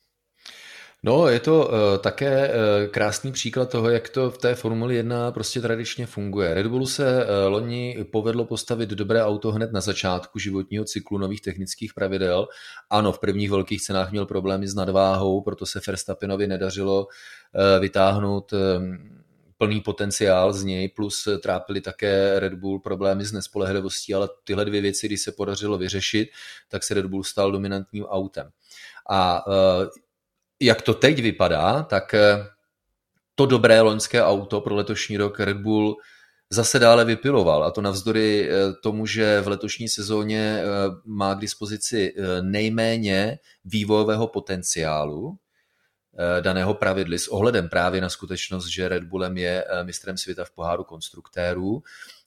No, je to také krásný příklad toho, jak to v té Formuli 1 prostě tradičně funguje. Red Bullu se loni povedlo postavit dobré auto hned na začátku životního cyklu nových technických pravidel. Ano, v prvních velkých cenách měl problémy s nadváhou, proto se Verstappenovi nedařilo vytáhnout plný potenciál z něj, plus trápili také Red Bull problémy s nespolehlivostí, ale tyhle 2 věci, když se podařilo vyřešit, tak se Red Bull stal dominantním autem. A jak to teď vypadá, tak to dobré loňské auto pro letošní rok Red Bull zase dále vypiloval. A to navzdory tomu, že v letošní sezóně má k dispozici nejméně vývojového potenciálu daného pravidly s ohledem právě na skutečnost, že Red Bullem je mistrem světa v poháru konstruktérů.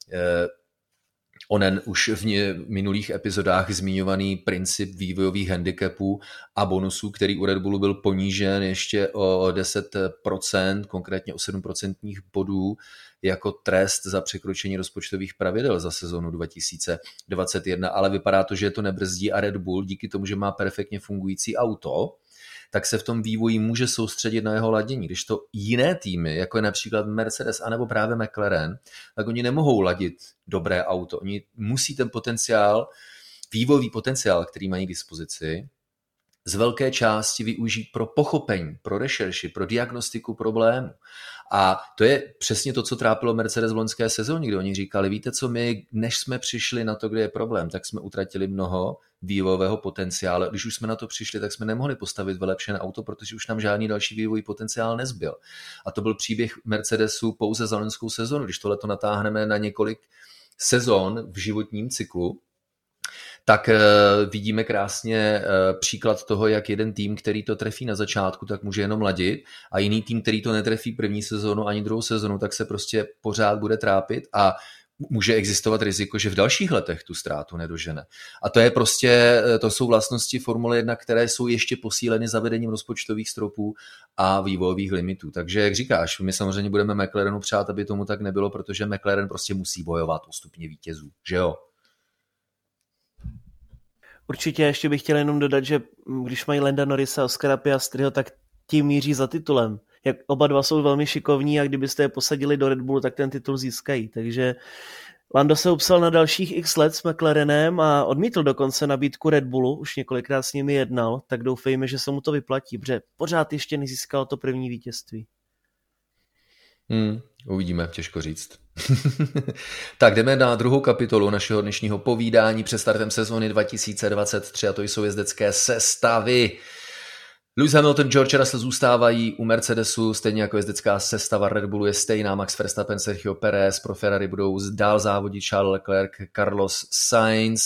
Onen už v minulých epizodách zmiňovaný princip vývojových handicapů a bonusů, který u Red Bullu byl ponížen ještě o 10%, konkrétně o 7% bodů, jako trest za překročení rozpočtových pravidel za sezonu 2021, ale vypadá to, že to nebrzdí a Red Bull díky tomu, že má perfektně fungující auto, tak se v tom vývoji může soustředit na jeho ladění. Když to jiné týmy, jako je například Mercedes anebo právě McLaren, tak oni nemohou ladit dobré auto. Oni musí ten potenciál, vývojový potenciál, který mají k dispozici, z velké části využít pro pochopení, pro rešerši, pro diagnostiku problému. A to je přesně to, co trápilo Mercedes v loňské sezóně, kde oni říkali, víte co, my, než jsme přišli na to, kde je problém, tak jsme utratili mnoho vývojového potenciálu. Když už jsme na to přišli, tak jsme nemohli postavit vylepšené auto, protože už nám žádný další vývojový potenciál nezbyl. A to byl příběh Mercedesu pouze za loňskou sezónu. Když tohle to natáhneme na několik sezon v životním cyklu, tak vidíme krásně příklad toho, jak jeden tým, který to trefí na začátku, tak může jenom ladit a jiný tým, který to netrefí první sezónu ani druhou sezónu, tak se prostě pořád bude trápit a může existovat riziko, že v dalších letech tu ztrátu nedožene. A to je prostě, to jsou vlastnosti Formule 1, které jsou ještě posíleny zavedením rozpočtových stropů a vývojových limitů. Takže jak říkáš, my samozřejmě budeme McLarenu přát, aby tomu tak nebylo, protože McLaren prostě musí bojovat o stupně vítězů, že jo? Určitě ještě bych chtěl jenom dodat, že když mají Landa Norrisa a Oscara Piastriho, tak tím míří za titulem. Jak oba dva jsou velmi šikovní a kdybyste je posadili do Red Bullu, tak ten titul získají. Takže Lando se upsal na dalších x let s McLarenem a odmítl dokonce nabídku Red Bullu, už několikrát s nimi jednal, tak doufejme, že se mu to vyplatí, protože pořád ještě nezískal to první vítězství. Uvidíme, těžko říct. Tak jdeme na druhou kapitolu našeho dnešního povídání před startem sezóny 2023 a to jsou jezdecké sestavy. Lewis Hamilton, George Russell zůstávají u Mercedesu, stejně jako jezdecká sestava Red Bullu je stejná. Max Verstappen, Sergio Perez, pro Ferrari budou dál závodit Charles Leclerc, Carlos Sainz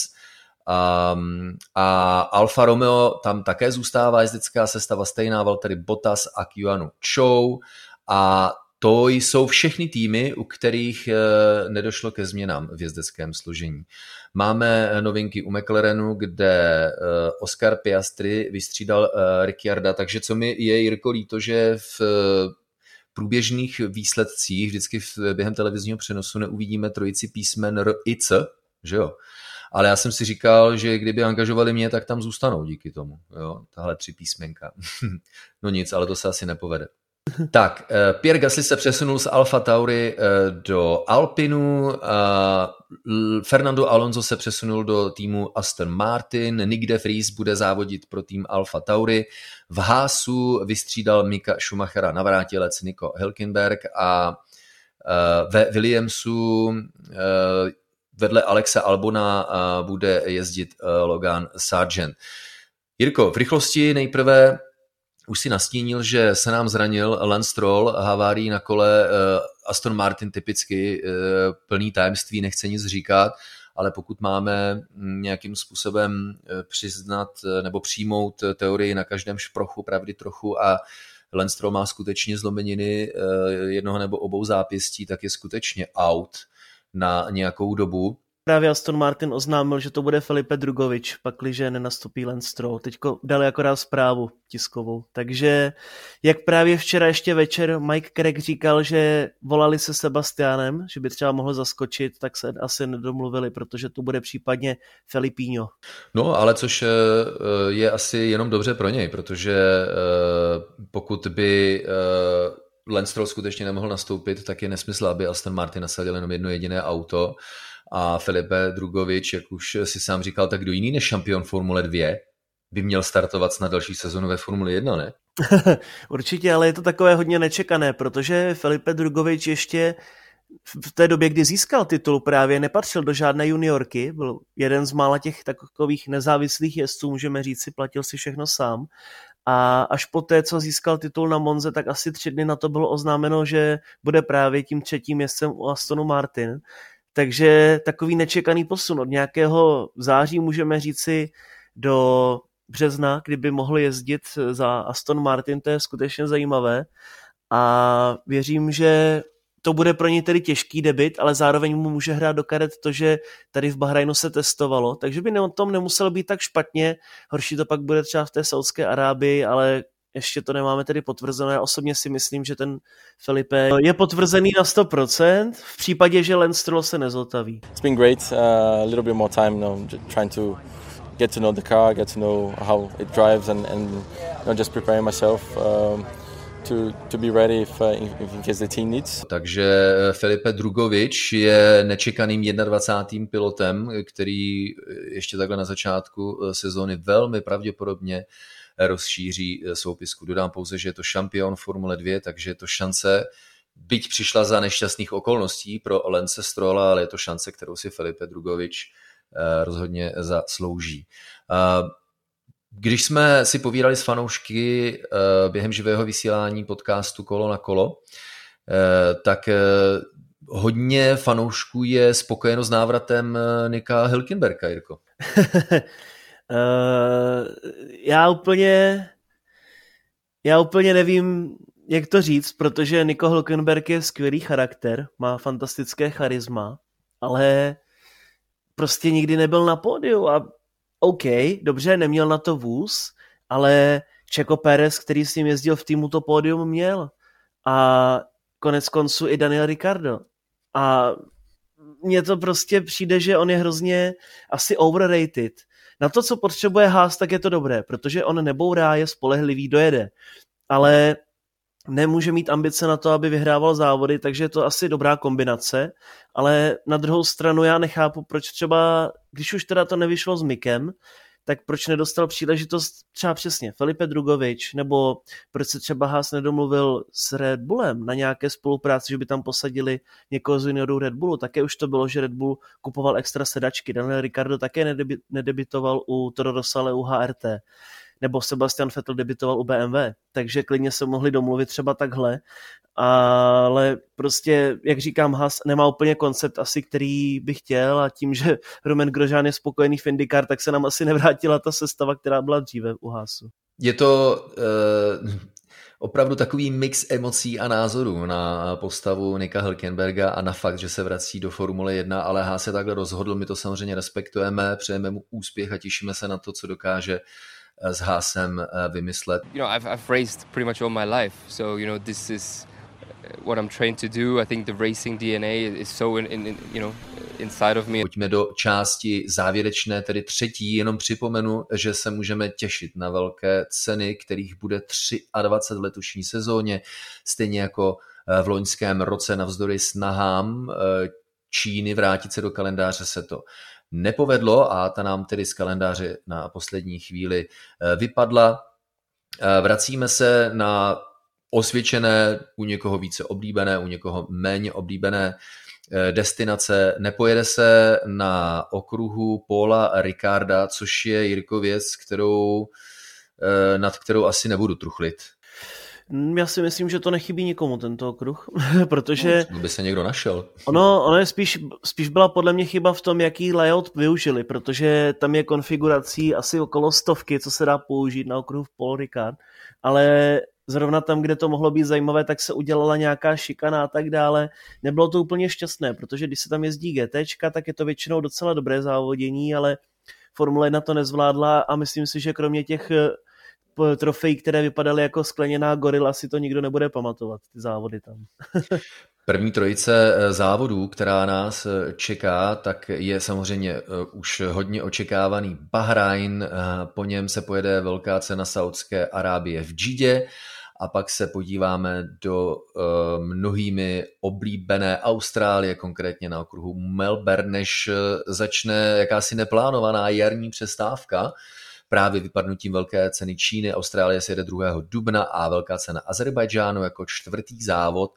a Alfa Romeo, tam také zůstává jezdecká sestava stejná, Valtteri Bottas a Yuanu Zhou a to jsou všechny týmy, u kterých nedošlo ke změnám v jezdeckém složení. Máme novinky u McLarenu, kde Oscar Piastri vystřídal Ricciarda, takže co mi je, Jirko, líto, že v průběžných výsledcích vždycky během televizního přenosu neuvidíme trojici písmen R i C, že jo? Ale já jsem si říkal, že kdyby angažovali mě, tak tam zůstanou díky tomu, jo? Tahle 3 písmenka. No nic, ale to se asi nepovede. Tak, Pierre Gasly se přesunul z Alfa Tauri do Alpinu, Fernando Alonso se přesunul do týmu Aston Martin, Nick de Vries bude závodit pro tým Alfa Tauri, v Haasu vystřídal Mika Schumachera navrátilec Nico Hülkenberg a ve Williamsu vedle Alexa Albona bude jezdit Logan Sargent. Jirko, v rychlosti nejprve už si nastínil, že se nám zranil Lance Stroll, havárií na kole, Aston Martin typicky plný tajemství, nechce nic říkat, ale pokud máme nějakým způsobem přiznat nebo přijmout teorii na každém šprochu pravdy trochu a Lance Stroll má skutečně zlomeniny jednoho nebo obou zápěstí, tak je skutečně out na nějakou dobu. Právě Aston Martin oznámil, že to bude Felipe Drugovich, pakliže nenastoupí Lance Stroll. Teďko dali akorát zprávu tiskovou. Takže jak právě včera ještě večer Mike Craig říkal, že volali se Sebastianem, že by třeba mohl zaskočit, tak se asi nedomluvili, protože to bude případně Felipinho. No, ale což je asi jenom dobře pro něj, protože pokud by Lance Stroll skutečně nemohl nastoupit, tak je nesmysl, aby Aston Martin nasadil jenom jedno jediné auto. A Felipe Drugovich, jak už si sám říkal, tak kdo jiný než šampion Formule 2 by měl startovat na další sezonu ve Formule 1, ne? Určitě, ale je to takové hodně nečekané, protože Felipe Drugovich ještě v té době, kdy získal titul, právě nepatřil do žádné juniorky, byl jeden z mála těch takových nezávislých jezdců, můžeme říct si, platil si všechno sám. a až po té, co získal titul na Monze, tak asi 3 dny na to bylo oznámeno, že bude právě tím 3. městcem u Astonu Martin. Takže takový nečekaný posun od nějakého září, můžeme říci, do března, kdyby mohl jezdit za Aston Martin, to je skutečně zajímavé a věřím, že to bude pro něj tedy těžký debut, ale zároveň mu může hrát do karet to, že tady v Bahrajnu se testovalo, takže by o tom nemuselo být tak špatně, horší to pak bude třeba v té Saudské Arábii, ale ještě to nemáme tedy potvrzené. Já osobně si myslím, že ten Felipe je potvrzený na 100% v případě, že Lance Stroll se nezotaví. It's been great, a little bit more time, trying to get to know the car, get to know how it drives and just preparing myself to be ready if in case the team needs. Takže Felipe Drugovich je nečekaným 21. pilotem, který ještě takhle na začátku sezóny velmi pravděpodobně rozšíří soupisku. Dodám pouze, že je to šampion Formule 2, takže je to šance, byť přišla za nešťastných okolností pro Lance Strolla, ale je to šance, kterou si Felipe Drugovich rozhodně zaslouží. Když jsme si povídali s fanoušky během živého vysílání podcastu Kolo na kolo, tak hodně fanoušků je spokojeno s návratem Nika Hülkenberga, Jirko. Já úplně nevím, jak to říct, protože Nico Hülkenberg je skvělý charakter, má fantastické charisma, ale prostě nikdy nebyl na pódiu a OK, dobře, neměl na to vůz, ale Checo Pérez, který s ním jezdil v týmu, to pódium měl a konec konců i Daniel Ricciardo. A mně to prostě přijde, že on je hrozně asi overrated. Na to, co potřebuje Haas, tak je to dobré, protože on nebourá, je spolehlivý, dojede. Ale nemůže mít ambice na to, aby vyhrával závody, takže je to asi dobrá kombinace, ale na druhou stranu já nechápu, proč třeba, když už teda to nevyšlo s Mikem, tak proč nedostal příležitost třeba přesně Felipe Drugovich, nebo proč se třeba Haas nedomluvil s Red Bullem na nějaké spolupráci, že by tam posadili někoho z juniorů Red Bullu. Také už to bylo, že Red Bull kupoval extra sedačky. Daniel Ricciardo také nedebitoval u Toro Rosso, ale u HRT. Nebo Sebastian Vettel debitoval u BMW, takže klidně se mohli domluvit třeba takhle, ale prostě, jak říkám, Haas nemá úplně koncept asi, který by chtěl a tím, že Romain Grosjean je spokojený v IndyCar, tak se nám asi nevrátila ta sestava, která byla dříve u Haasu. Je to opravdu takový mix emocí a názorů na postavu Nika Hülkenberga a na fakt, že se vrací do Formule 1, ale Haas se takhle rozhodl, my to samozřejmě respektujeme, přejeme mu úspěch a těšíme se na to, co dokáže s Haasem vymyslet. You know, I've raced pretty much all my life, so you know this is what I'm trained to do. I think the racing DNA is so inside of me. Pojďme do části závěrečné, tedy třetí. Jenom připomenu, že se můžeme těšit na velké ceny, kterých bude 23 v letošní sezóně, stejně jako v loňském roce navzdory snahám Číny vrátit se do kalendáře se to nepovedlo a ta nám tedy z kalendáře na poslední chvíli vypadla. Vracíme se na osvědčené, u někoho více oblíbené, u někoho méně oblíbené destinace. Nepojede se na okruhu Paula Ricarda, což je, Jirko, věc, nad kterou asi nebudu truchlit. Já si myslím, že to nechybí nikomu tento okruh, protože... No, by se někdo našel. Ono je spíš byla podle mě chyba v tom, jaký layout využili, protože tam je konfigurací asi okolo 100, co se dá použít na okruhu Paul Ricard, ale zrovna tam, kde to mohlo být zajímavé, tak se udělala nějaká šikana a tak dále. Nebylo to úplně šťastné, protože když se tam jezdí GTčka, tak je to většinou docela dobré závodění, ale Formule 1 to nezvládla a myslím si, že kromě těch trofejí, které vypadaly jako skleněná gorila, si to nikdo nebude pamatovat, ty závody tam. První trojice závodů, která nás čeká, tak je samozřejmě už hodně očekávaný Bahrajn, po něm se pojede velká cena Saudské Arábie v Džidě a pak se podíváme do mnohými oblíbené Austrálie, konkrétně na okruhu Melbourne, než začne jakási neplánovaná jarní přestávka, právě vypadnutím velké ceny Číny. Austrálie se jede 2. dubna a velká cena Azerbajdžánu jako čtvrtý závod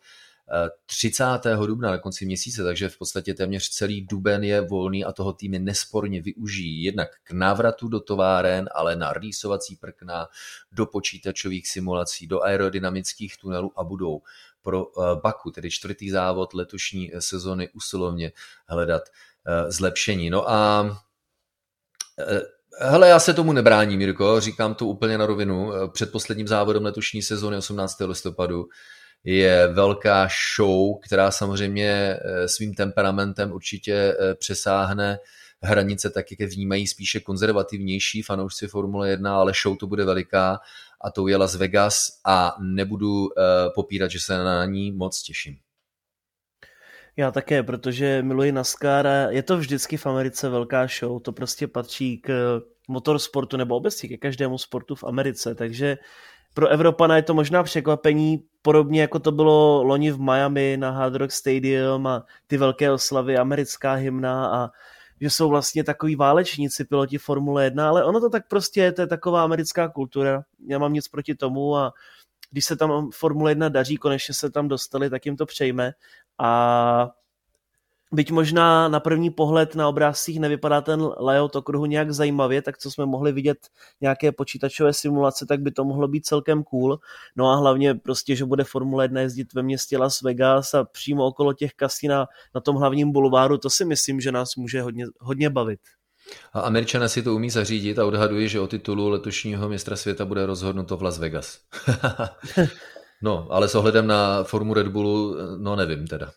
30. dubna na konci měsíce, takže v podstatě téměř celý duben je volný a toho týmy nesporně využijí jednak k návratu do továren, ale na rýsovací prkna, do počítačových simulací, do aerodynamických tunelů a budou pro Baku, tedy 4. závod letošní sezony, usilovně hledat zlepšení. No a hele, já se tomu nebráním, Mirko, říkám to úplně na rovinu. Před posledním závodem letošní sezóny 18. listopadu je velká show, která samozřejmě svým temperamentem určitě přesáhne hranice, tak jak vnímají spíše konzervativnější fanoušci Formule 1, ale show to bude veliká a to je Las Vegas a nebudu popírat, že se na ní moc těším. Já také, protože miluji NASCAR a je to vždycky v Americe velká show, to prostě patří k motorsportu nebo obecně ke každému sportu v Americe, takže pro Evropana je to možná překvapení, podobně jako to bylo loni v Miami na Hard Rock Stadium a ty velké oslavy, americká hymna a že jsou vlastně takový válečníci piloti Formule 1, ale ono to tak prostě je, to je taková americká kultura, já mám nic proti tomu a když se tam Formule 1 daří, konečně se tam dostali, tak jim to přejme a byť možná na první pohled na obrázcích nevypadá ten layout okruhu nějak zajímavě, tak co jsme mohli vidět nějaké počítačové simulace, tak by to mohlo být celkem cool. No a hlavně prostě, že bude Formule 1 jezdit ve městě Las Vegas a přímo okolo těch kasín na tom hlavním bulváru, to si myslím, že nás může hodně bavit. A Američané si to umí zařídit a odhadují, že o titulu letošního mistra světa bude rozhodnuto v Las Vegas. No, ale s ohledem na formu Red Bullu, no nevím teda.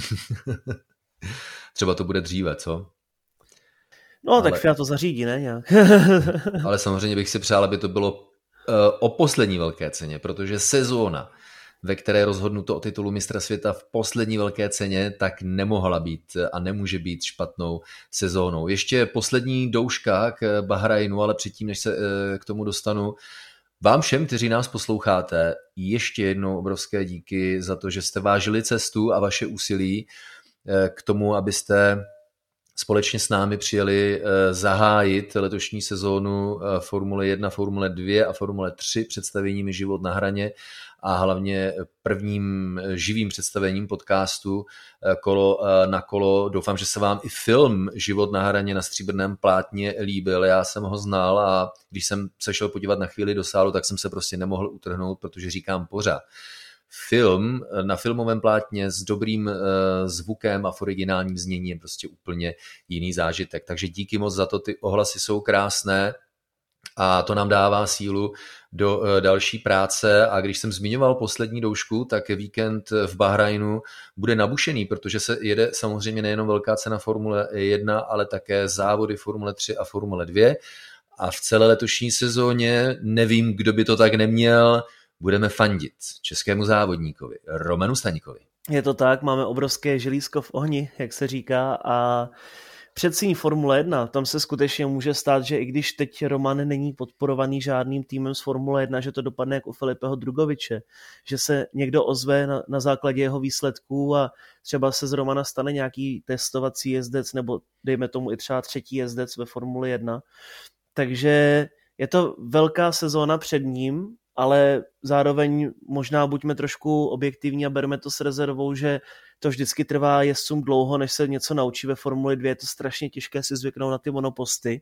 Třeba to bude dříve, co? No, ale tak Fiat to zařídí, ne? Nějak. Ale samozřejmě bych si přál, aby to bylo o poslední velké ceně, protože sezóna, ve které rozhodnuto o titulu mistra světa v poslední velké ceně, tak nemohla být a nemůže být špatnou sezónou. Ještě poslední douška k Bahrajnu, ale předtím, než se k tomu dostanu, vám všem, kteří nás posloucháte, ještě jednou obrovské díky za to, že jste vážili cestu a vaše úsilí k tomu, abyste společně s námi přijeli zahájit letošní sezónu Formule 1, Formule 2 a Formule 3 představeními Život na hraně a hlavně prvním živým představením podcastu Kolo na kolo. Doufám, že se vám i film Život na hraně na stříbrném plátně líbil. Já jsem ho znal a když jsem se šel podívat na chvíli do sálu, tak jsem se prostě nemohl utrhnout, protože říkám pořád. Film na filmovém plátně s dobrým zvukem a v originálním znění je prostě úplně jiný zážitek. Takže díky moc za to, ty ohlasy jsou krásné a to nám dává sílu do další práce. A když jsem zmiňoval poslední doušku, tak víkend v Bahrajnu bude nabušený, protože se jede samozřejmě nejenom velká cena Formule 1, ale také závody Formule 3 a Formule 2. A v celé letošní sezóně, nevím, kdo by to tak neměl, budeme fandit českému závodníkovi Romanu Staňkovi. Je to tak, máme obrovské želízko v ohni, jak se říká, a předsíň Formule 1, tam se skutečně může stát, že i když teď Roman není podporovaný žádným týmem z Formule 1, že to dopadne jak u Filipeho Drugoviče, že se někdo ozve na základě jeho výsledků a třeba se z Romana stane nějaký testovací jezdec nebo dejme tomu i třeba třetí jezdec ve Formule 1. Takže je to velká sezóna před ním, ale zároveň možná buďme trošku objektivní a bereme to s rezervou, že to vždycky trvá jezdcům dlouho, než se něco naučí ve Formuli 2, je to strašně těžké si zvyknout na ty monoposty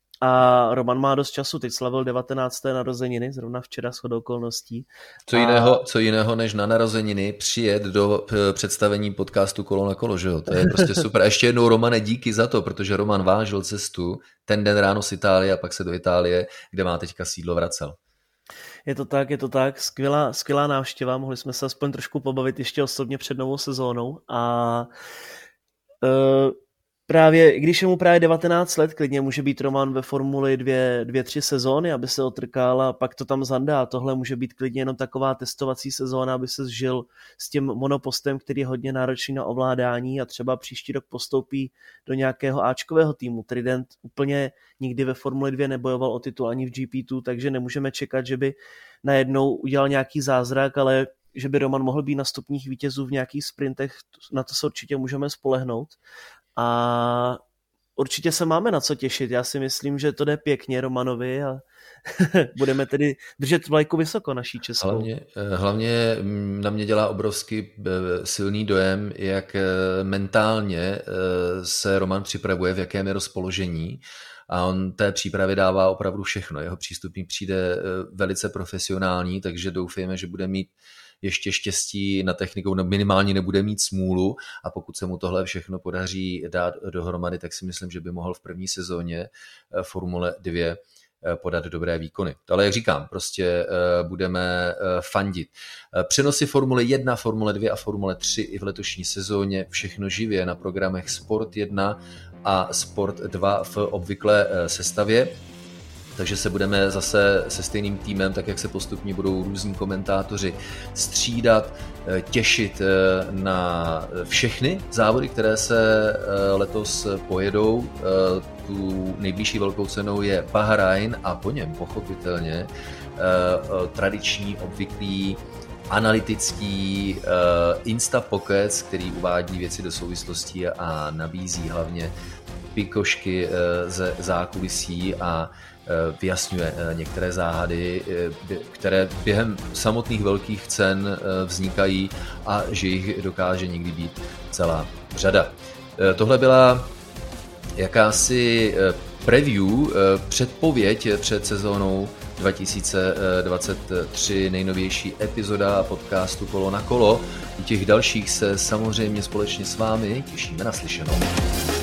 a Roman má dost času, teď slavil 19. narozeniny, zrovna včera shodou okolností. Co jiného než na narozeniny přijet do představení podcastu Kolo na kolo, že jo? To je prostě super. A ještě jednou, Romane, díky za to, protože Roman vážil cestu ten den ráno z Itálie a pak se do Itálie, kde má teďka sídlo, vracel. Je to tak, skvělá návštěva, mohli jsme se aspoň trošku pobavit ještě osobně před novou sezónou a právě, když je mu právě 19 let, klidně může být Roman ve Formuli 2-3 sezóny, aby se otrkal a pak to tam zandá. Tohle může být klidně jenom taková testovací sezóna, aby se zžil s tím monopostem, který je hodně náročný na ovládání a třeba příští rok postoupí do nějakého áčkového týmu. Trident úplně nikdy ve Formuli 2 nebojoval o titul ani v GP2, takže nemůžeme čekat, že by najednou udělal nějaký zázrak, ale že by Roman mohl být na stupních vítězů v nějakých sprintech, na to se určitě můžeme spolehnout. A určitě se máme na co těšit. Já si myslím, že to jde pěkně Romanovi a budeme tedy držet vlajku vysoko naší českou. Hlavně na mě dělá obrovský silný dojem, jak mentálně se Roman připravuje, v jakém je rozpoložení. A on té přípravě dává opravdu všechno. Jeho přístup mi přijde velice profesionální, takže doufejme, že bude mít ještě štěstí na techniku, minimálně nebude mít smůlu, a pokud se mu tohle všechno podaří dát dohromady, tak si myslím, že by mohl v první sezóně Formule 2 podat dobré výkony. Ale jak říkám, prostě budeme fandit. Přenosy Formule 1, Formule 2 a Formule 3 i v letošní sezóně, všechno živě na programech Sport 1 a Sport 2 v obvyklé sestavě. Takže se budeme zase se stejným týmem, tak jak se postupně budou různí komentátoři střídat, těšit na všechny závody, které se letos pojedou. Tu nejbližší velkou cenou je Bahrajn a po něm pochopitelně tradiční, obvyklý, analytický Instapockets, který uvádí věci do souvislostí a nabízí hlavně pikošky ze zákulisí a vyjasňuje některé záhady, které během samotných velkých cen vznikají a že jich dokáže někdy být celá řada. Tohle byla jakási preview, předpověď před sezónou 2023, nejnovější epizoda podcastu Kolo na kolo. U těch dalších se samozřejmě společně s vámi těšíme na slyšenou.